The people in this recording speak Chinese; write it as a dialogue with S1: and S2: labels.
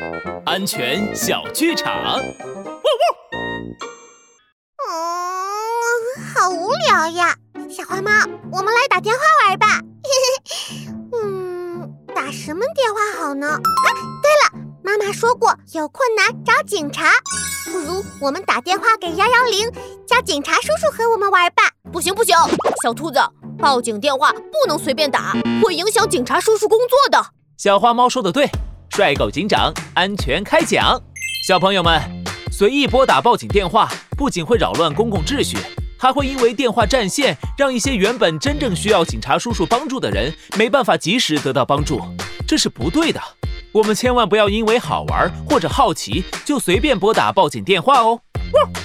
S1: 安全小剧场。
S2: 好无聊呀！小花猫，我们来打电话玩吧。打什么电话好呢？对了，妈妈说过有困难找警察，不如我们打电话给110，叫警察叔叔和我们玩吧。
S3: 不行，小兔子，报警电话不能随便打，会影响警察叔叔工作的。
S1: 小花猫说的对，帅狗警长安全开讲。小朋友们，随意拨打报警电话不仅会扰乱公共秩序，还会因为电话占线，让一些原本真正需要警察叔叔帮助的人没办法及时得到帮助，这是不对的。我们千万不要因为好玩或者好奇就随便拨打报警电话哦。